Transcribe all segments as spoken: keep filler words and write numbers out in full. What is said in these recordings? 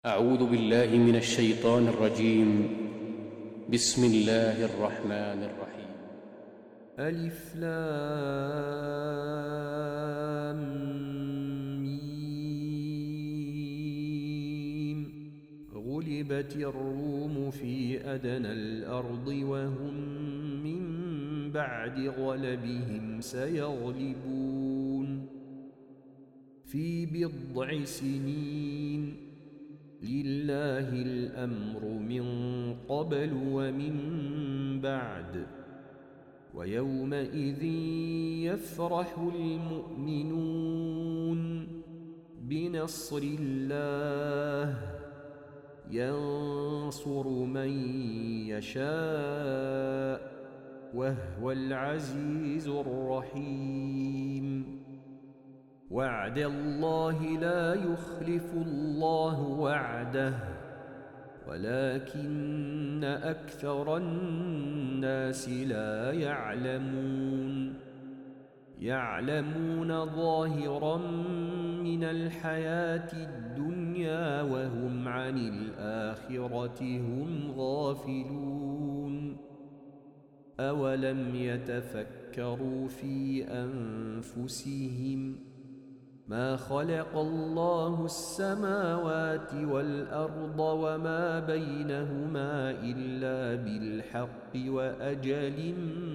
أعوذ بالله من الشيطان الرجيم. بسم الله الرحمن الرحيم. ألف لام ميم. غلبت الروم في أدنى الأرض وهم من بعد غلبهم سيغلبون في بضع سنين. لله الأمر من قبل ومن بعد ويومئذ يفرح المؤمنون بنصر الله ينصر من يشاء وهو العزيز الرحيم. وعد الله لا يخلف الله وعده ولكن أكثر الناس لا يعلمون. يعلمون ظاهرا من الحياة الدنيا وهم عن الآخرة هم غافلون. أولم يتفكروا في أنفسهم ما خلق الله السماوات والأرض وما بينهما إلا بالحق وأجل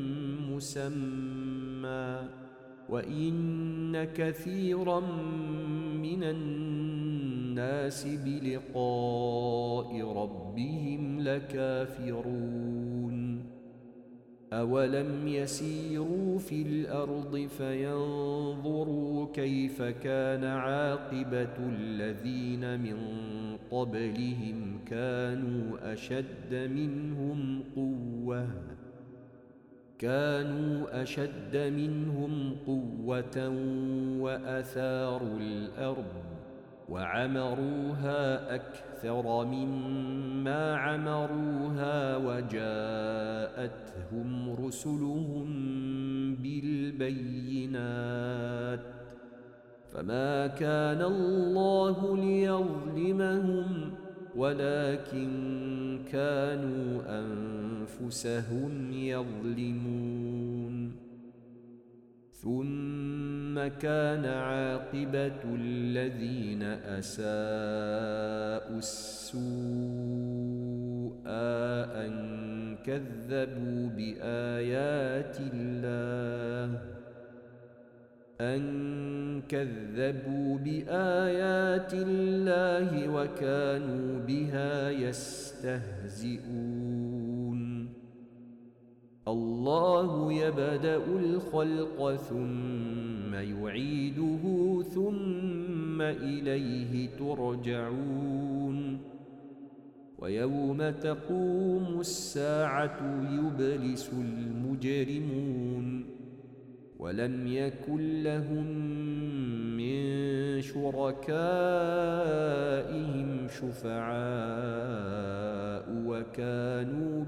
مسمى وإن كثيرا من الناس بلقاء ربهم لكافرون. أولم يسيروا في الأرض فينظروا كيف كان عاقبة الذين من قبلهم كانوا أشد منهم قوة كانوا أشد منهم قوة وأثاروا الأرض وعمروها أكثر مما عمروها وجاءتهم رسلهم بالبينات فما كان الله ليظلمهم ولكن كانوا أنفسهم يظلمون. ثم كان عاقبة الذين أساءوا السوء أن كذبوا بآيات الله أن كذبوا بآيات الله وكانوا بها يستهزئون. الله يبدأ الخلق ثم يعيده ثم إليه ترجعون. ويوم تقوم الساعة يبلس المجرمون ولم يكن لهم من شركائهم شفعاء وكانوا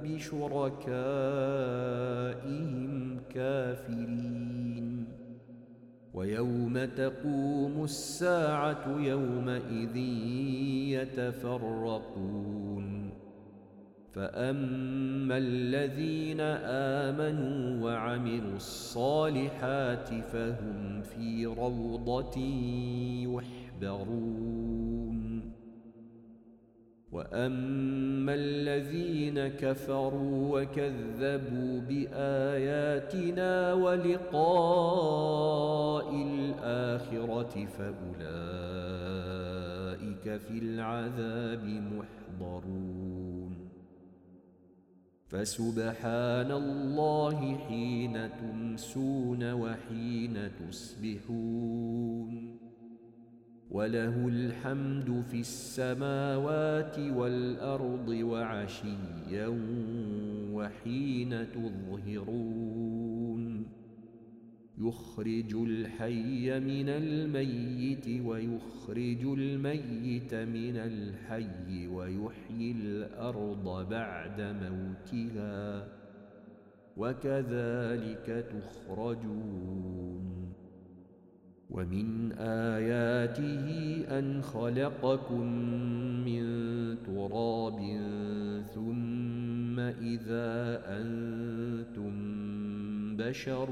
بشركائهم كافرين. ويوم تقوم الساعة يومئذ يتفرقون فأما الذين آمنوا وعملوا الصالحات فهم في روضة يحبرون. وأما الذين كفروا وكذبوا بآياتنا ولقاء الآخرة فأولئك في العذاب محضرون. فسبحان الله حين تمسون وحين تصبحون وله الحمد في السماوات والأرض وعشيا وحين تظهرون. يخرج الحي من الميت ويخرج الميت من الحي ويحيي الأرض بعد موتها وكذلك تخرجون. ومن آياته أن خلقكم من إذا أنتم بشر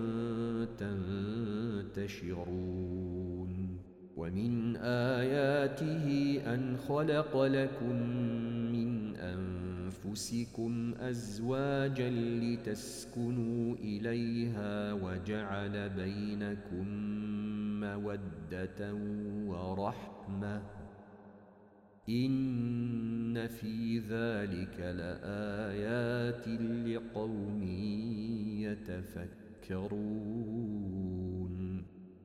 تنتشرون ومن آياته أن خلق لكم من أنفسكم أزواجا لتسكنوا إليها وجعل بينكم مودة ورحمة إن في ذلك لآيات لقوم يتفكرون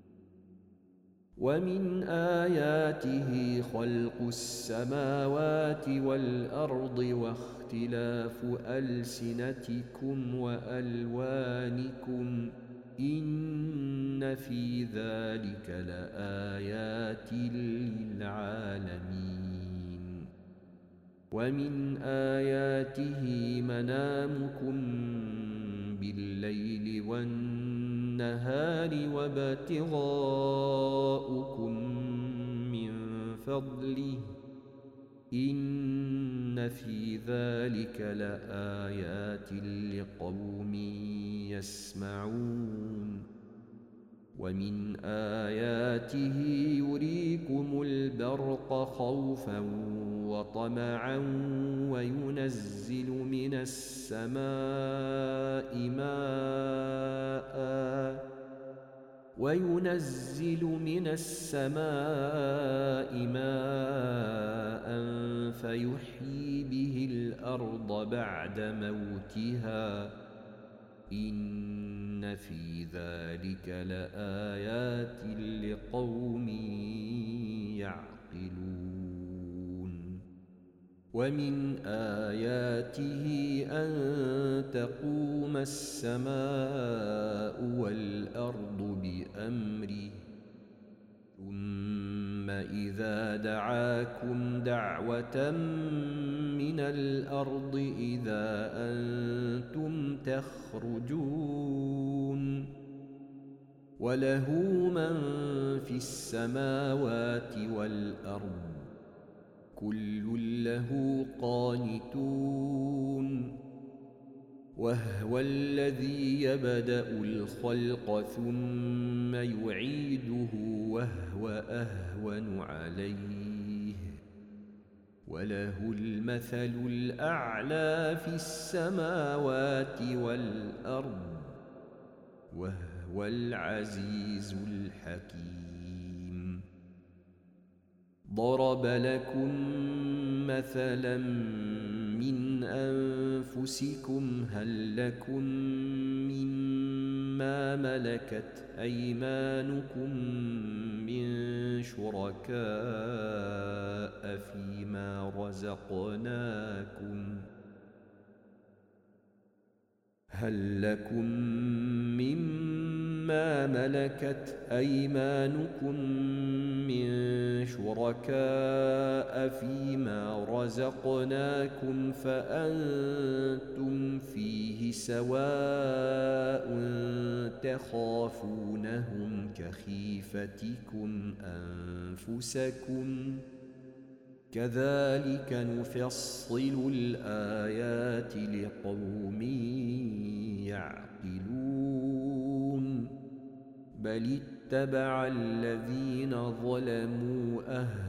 ومن آياته خلق السماوات والأرض واختلاف ألسنتكم وألوانكم إن في ذلك لآيات للعالمين ومن آياته منامكم بالليل والنهار وابتغاؤكم من فضله إن في ذلك لآيات لقوم يسمعون ومن آياته يريكم البرق خوفا وطمعا وينزل من السماء ماء وينزل من السماء ماء فيحيي به الأرض بعد موتها إن في ذلك لآيات لقوم يعقلون ومن آياته أن تقوم السماء والأرض بأمره ثم إذا دعاكم دعوة من الأرض إذا أنتم تخرجون وله من في السماوات والأرض كل له قانتون وهو الذي يبدأ الخلق ثم يعيده وهو أهون عليه وله المثل الأعلى في السماوات والأرض وهو العزيز الحكيم ضرب لكم مثلا من أنفسكم هل لكم مما ملكت أيمانكم من شركاء فيما رزقناكم هل لكم مما ملكت أيمانكم من شركاء فيما رزقناكم فأنتم فيه سواء تخافونهم كخيفتكم أنفسكم كذلك نفصل الآيات لقوم يعقلون بل اتبع الذين ظلموا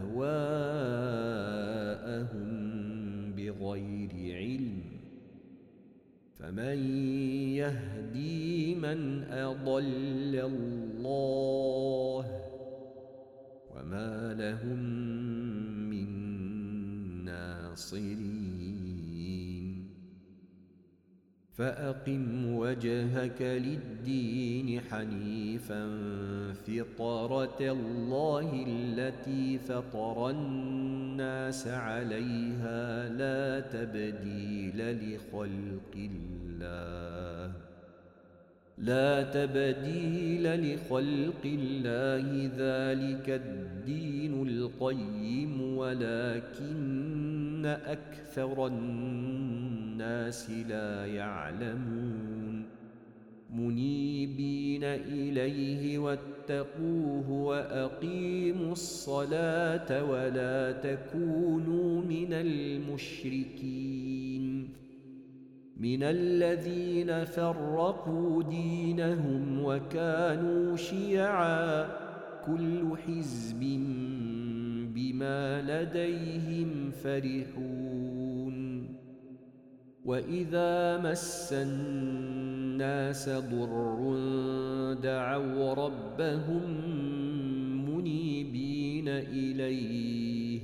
أهواءهم بغير علم فمن يهدي من أضل الله وما لهم من ناصرين فأقم وجهك للدين حنيفا فطرة الله التي فطر الناس عليها لا تبديل لخلق الله لا تبديل لخلق الله ذلك الدين القيم ولكن أكثر الناس لا يعلمون منيبين إليه واتقوه وأقيموا الصلاة ولا تكونوا من المشركين من الذين فرقوا دينهم وكانوا شيعا كل حزب بما لديهم فرحون وإذا مس الناس ضر دعوا ربهم منيبين إليه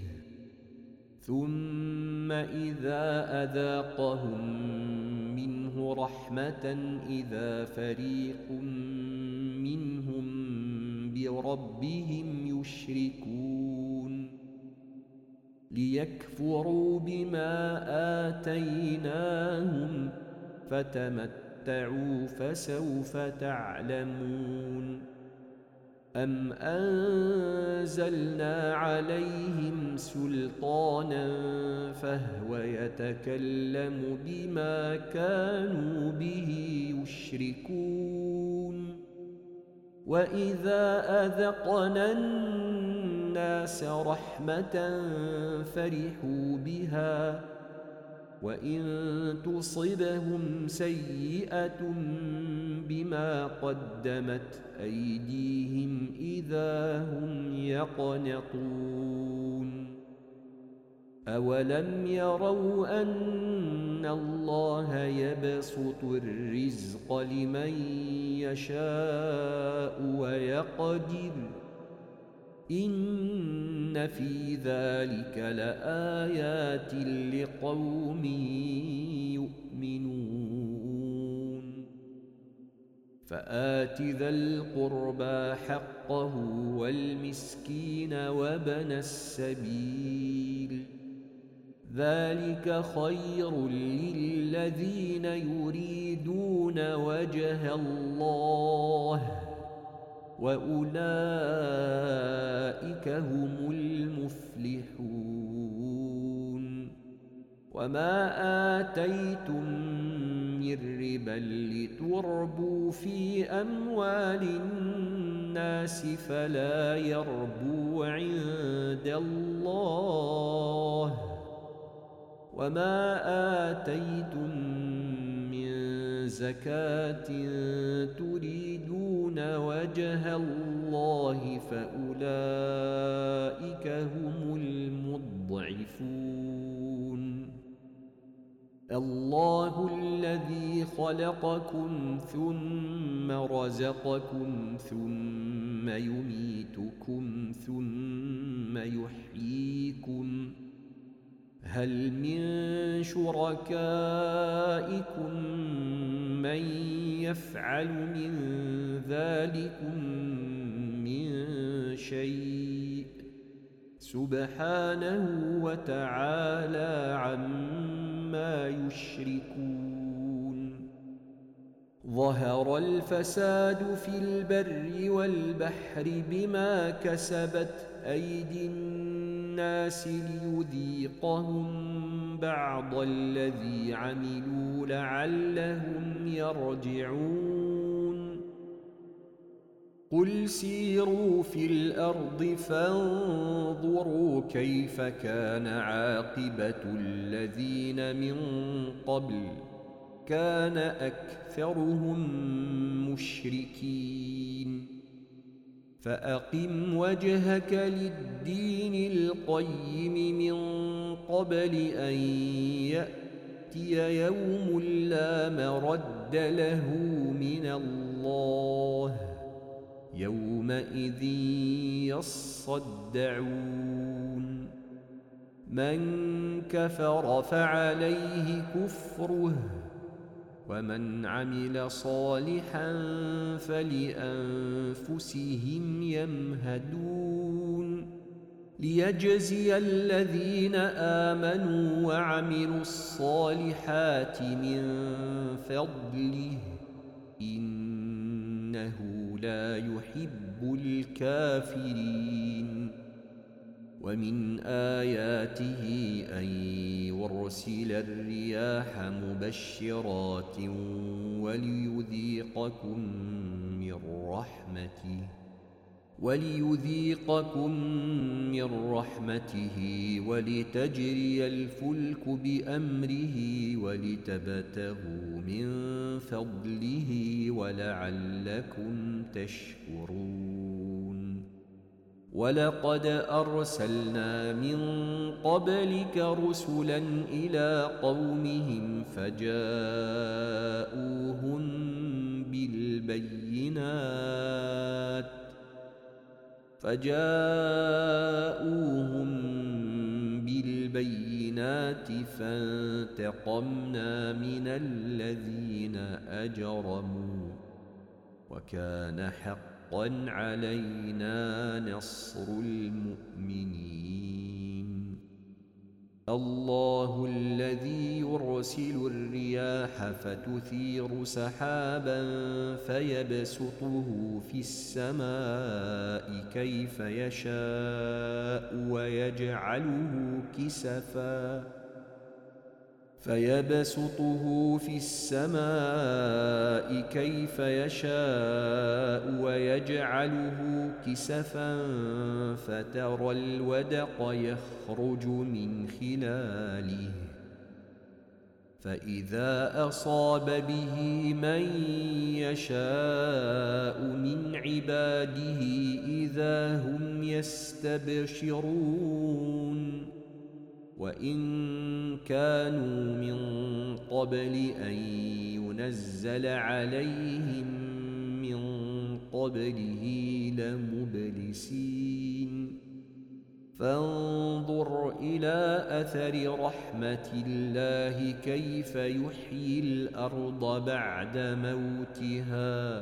ثم إذا أذاقهم منه رحمة إذا فريق منهم بربهم يشركون ليكفروا بما آتيناهم فتمتعوا فسوف تعلمون أم أنزلنا عليهم سلطانا فهو يتكلم بما كانوا به يشركون وإذا أذقنا الناس رحمة فرحوا بها وإن تصبهم سيئة بما قدمت أيديهم إذا هم يقنطون أولم يروا أن الله يبسط الرزق لمن يشاء ويقدر إن في ذلك لآيات لقوم يؤمنون فآت ذا القربى حقه والمسكين وابن السبيل ذلك خير للذين يريدون وجه الله وأولئك هم المفلحون وما آتيتم من ربا لتربوا في أموال الناس فلا يربو عند الله وما آتيتم من زكاة تريدون وجه الله فأولئك هم المضعفون الله الذي خلقكم ثم رزقكم ثم يميتكم ثم يحييكم هل من شركائكم من يفعل من ذلكم من شيء سبحانه وتعالى عما يشركون ظهر الفساد في البر والبحر بما كسبت أيدي الناس ليذيقهم بعض الذي عملوا لعلهم يرجعون قل سيروا في الأرض فانظروا كيف كان عاقبة الذين من قبل كان أكثرهم مشركين فأقم وجهك للدين القيم من قبل أن يأتي يوم لا مرد له من الله يومئذ يصدعون من كفر فعليه كفره ومن عمل صالحا فلأنفسهم يمهدون ليجزي الذين آمنوا وعملوا الصالحات من فضله إنه لا يحب الكافرين ومن آياته أن يرسل الرياح مبشرات وليذيقكم من رحمته وليذيقكم من رحمته ولتجري الفلك بأمره ولتبتغوا من فضله ولعلكم تشكرون ولقد أرسلنا من قبلك رسلا إلى قومهم فجاءوهم بالبينات فجاءوهم بالبينات فانتقمنا من الذين أجرموا وكان حقا علينا نصر المؤمنين الله الذي يرسل الرياح فتثير سحابا فيبسطه في السماء كيف يشاء ويجعله كسفا فيبسطه في السماء كيف يشاء ويجعله كسفا فترى الودق يخرج من خلاله فإذا أصاب به من يشاء من عباده إذا هم يستبشرون وإن كانوا من قبل أن ينزل عليهم من قبله لمبلسين فانظر إلى أثر رحمة الله كيف يحيي الأرض بعد موتها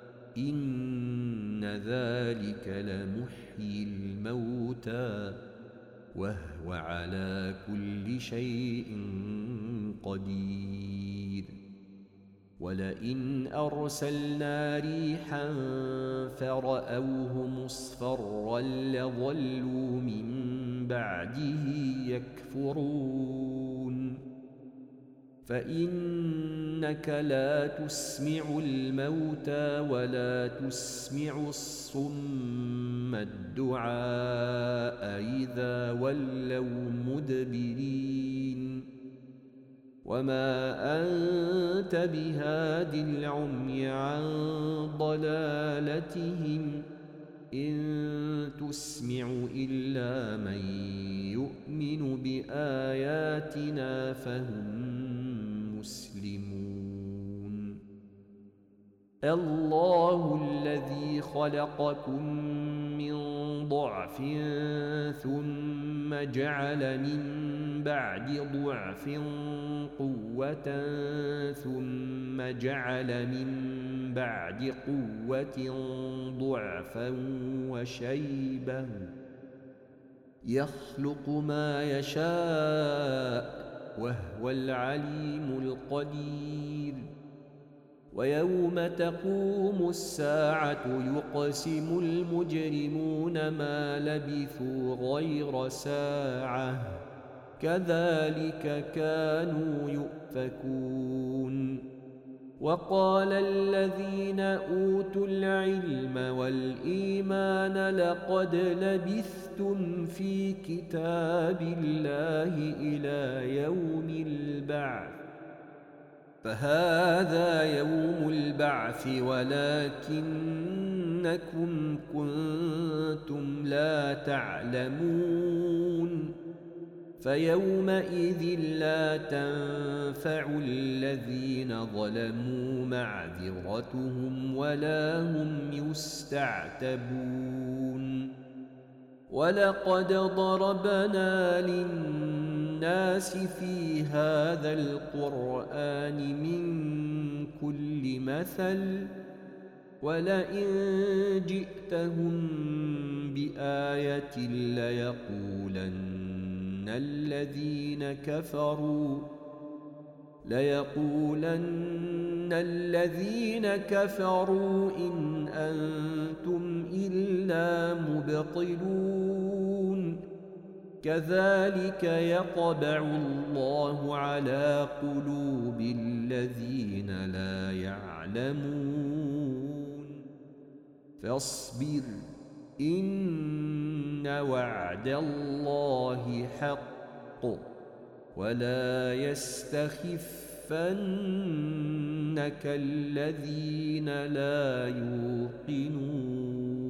إن ذلك لمحيي الموتى وهو على كل شيء قدير ولئن أرسلنا ريحا فرأوه مصفرا لظلوا من بعده يكفرون فإنك لا تسمع الموتى ولا تسمع الصم الدعاء إذا ولوا مدبرين وما أنت بهاد العمي عن ضلالتهم إن تسمع إلا من يؤمن بآياتنا فهم مسلمون الله الذي خلقكم من ضعف ثم جعل من بعد ضعف قوة ثم جعل من بعد قوة ضعفا وشيبا يخلق ما يشاء وهو العليم القدير ويوم تقوم الساعة يقسم المجرمون ما لبثوا غير ساعة كذلك كانوا يؤفكون وقال الذين أوتوا العلم والإيمان لقد لبثتم في كتاب الله إلى يوم البعث فهذا يوم البعث ولكنكم كنتم لا تعلمون فيومئذ لا تنفع الذين ظلموا معذرتهم ولا هم يستعتبون ولقد ضربنا للناس في هذا القرآن من كل مثل ولئن جئتهم بآية ليقولن الذين كفروا ليقولن الذين كفروا إن أنتم إلا مبطلون كذلك يطبع الله على قلوب الذين لا يعلمون فاصبر إن وعد الله حق ولا يستخفنك الذين لا يوقنون